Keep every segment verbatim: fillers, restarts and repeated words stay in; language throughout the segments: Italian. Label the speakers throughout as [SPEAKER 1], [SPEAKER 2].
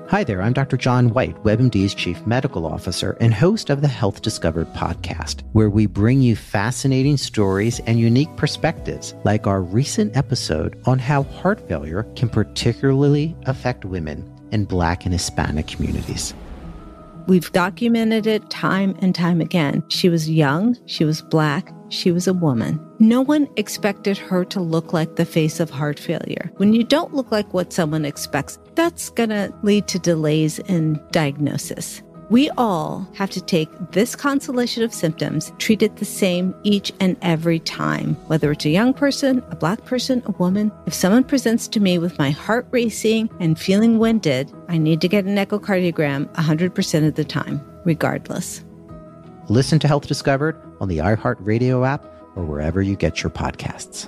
[SPEAKER 1] Hi there, I'm Doctor John White, WebMD's Chief Medical Officer and host of the Health Discovered podcast, where we bring you fascinating stories and unique perspectives, like our recent episode on how heart failure can particularly affect women in Black and Hispanic communities.
[SPEAKER 2] We've documented it time and time again. She was young, she was Black, she was a woman. No one expected her to look like the face of heart failure. When you don't look like what someone expects, that's going to lead to delays in diagnosis. We all have to take this constellation of symptoms, treat it the same each and every time, whether it's a young person, a Black person, a woman. If someone presents to me with my heart racing and feeling winded, I need to get an echocardiogram one hundred percent of the time, regardless.
[SPEAKER 1] Listen to Health Discovered on the iHeartRadio app or wherever you get your podcasts.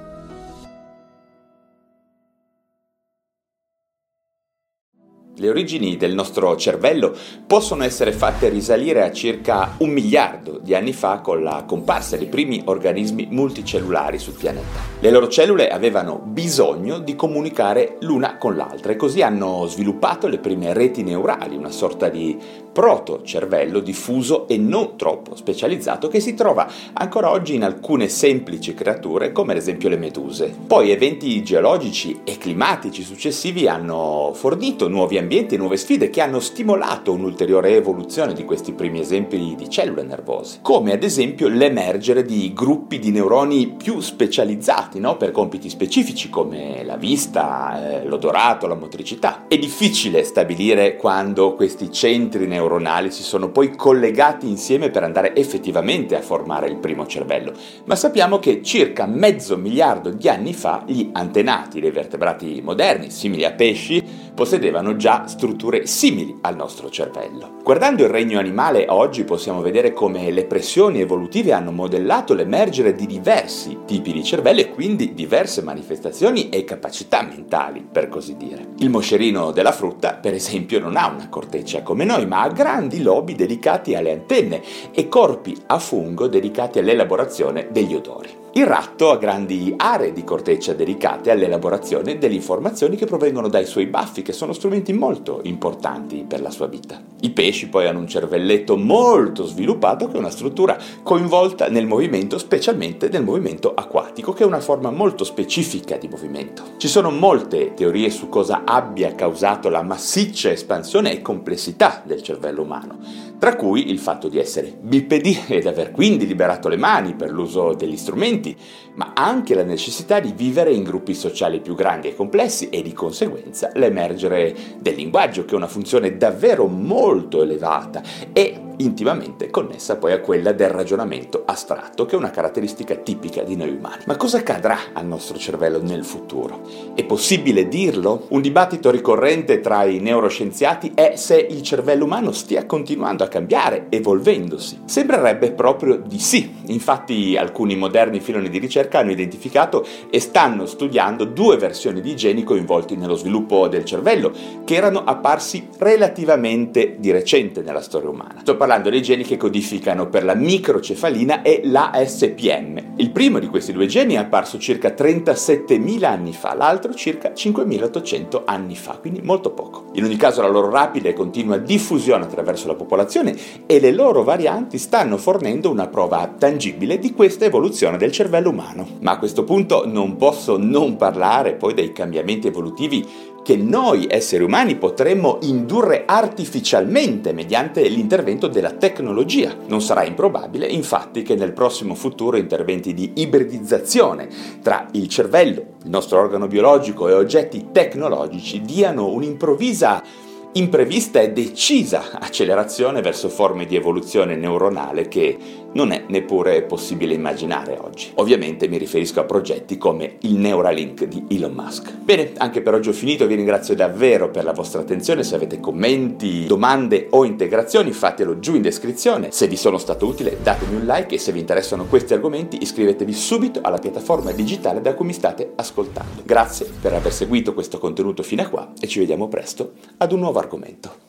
[SPEAKER 3] Le origini del nostro cervello possono essere fatte risalire a circa un miliardo di anni fa con la comparsa dei primi organismi multicellulari sul pianeta. Le loro cellule avevano bisogno di comunicare l'una con l'altra e così hanno sviluppato le prime reti neurali, una sorta di proto-cervello diffuso e non troppo specializzato che si trova ancora oggi in alcune semplici creature come ad esempio le meduse. Poi eventi geologici e climatici successivi hanno fornito nuovi ambienti ambienti e nuove sfide che hanno stimolato un'ulteriore evoluzione di questi primi esempi di cellule nervose, come ad esempio l'emergere di gruppi di neuroni più specializzati, no? Per compiti specifici come la vista, eh, l'odorato, la motricità. È difficile stabilire quando questi centri neuronali si sono poi collegati insieme per andare effettivamente a formare il primo cervello, ma sappiamo che circa mezzo miliardo di anni fa gli antenati dei vertebrati moderni, simili a pesci, possedevano già strutture simili al nostro cervello. Guardando il regno animale oggi possiamo vedere come le pressioni evolutive hanno modellato l'emergere di diversi tipi di cervello e quindi diverse manifestazioni e capacità mentali, per così dire. Il moscerino della frutta, per esempio, non ha una corteccia come noi, ma ha grandi lobi dedicati alle antenne e corpi a fungo dedicati all'elaborazione degli odori. Il ratto ha grandi aree di corteccia dedicate all'elaborazione delle informazioni che provengono dai suoi baffi, che sono strumenti molto importanti per la sua vita. I pesci poi hanno un cervelletto molto sviluppato che è una struttura coinvolta nel movimento, specialmente nel movimento acquatico, che è una forma molto specifica di movimento. Ci sono molte teorie su cosa abbia causato la massiccia espansione e complessità del cervello umano, tra cui il fatto di essere bipedi ed aver quindi liberato le mani per l'uso degli strumenti, ma anche la necessità di vivere in gruppi sociali più grandi e complessi e di conseguenza l'emergere del linguaggio, che è una funzione davvero molto elevata e intimamente connessa poi a quella del ragionamento astratto, che è una caratteristica tipica di noi umani. Ma cosa accadrà al nostro cervello nel futuro? È possibile dirlo? Un dibattito ricorrente tra i neuroscienziati è se il cervello umano stia continuando a cambiare, evolvendosi. Sembrerebbe proprio di sì. Infatti alcuni moderni filoni di ricerca hanno identificato e stanno studiando due versioni di geni coinvolti nello sviluppo del cervello che erano apparsi relativamente di recente nella storia umana. Sto parlando dei geni che codificano per la microcefalina e l'A S P M. Il primo di questi due geni è apparso circa trentasettemila anni fa, l'altro circa cinquemilaottocento anni fa, quindi molto poco. In ogni caso la loro rapida e continua diffusione attraverso la popolazione e le loro varianti stanno fornendo una prova tangibile di questa evoluzione del cervello umano. Ma a questo punto non posso non parlare poi dei cambiamenti evolutivi che noi esseri umani potremmo indurre artificialmente mediante l'intervento della tecnologia. Non sarà improbabile, infatti, che nel prossimo futuro interventi di ibridizzazione tra il cervello, il nostro organo biologico, e oggetti tecnologici diano un'improvvisa, imprevista e decisa accelerazione verso forme di evoluzione neuronale che non è neppure possibile immaginare oggi. Ovviamente mi riferisco a progetti come il Neuralink di Elon Musk. Bene, anche per oggi ho finito, vi ringrazio davvero per la vostra attenzione. Se avete commenti, domande o integrazioni fatelo giù in descrizione. Se vi sono stato utile datemi un like e se vi interessano questi argomenti iscrivetevi subito alla piattaforma digitale da cui mi state ascoltando. Grazie per aver seguito questo contenuto fino a qua e ci vediamo presto ad un nuovo argomento.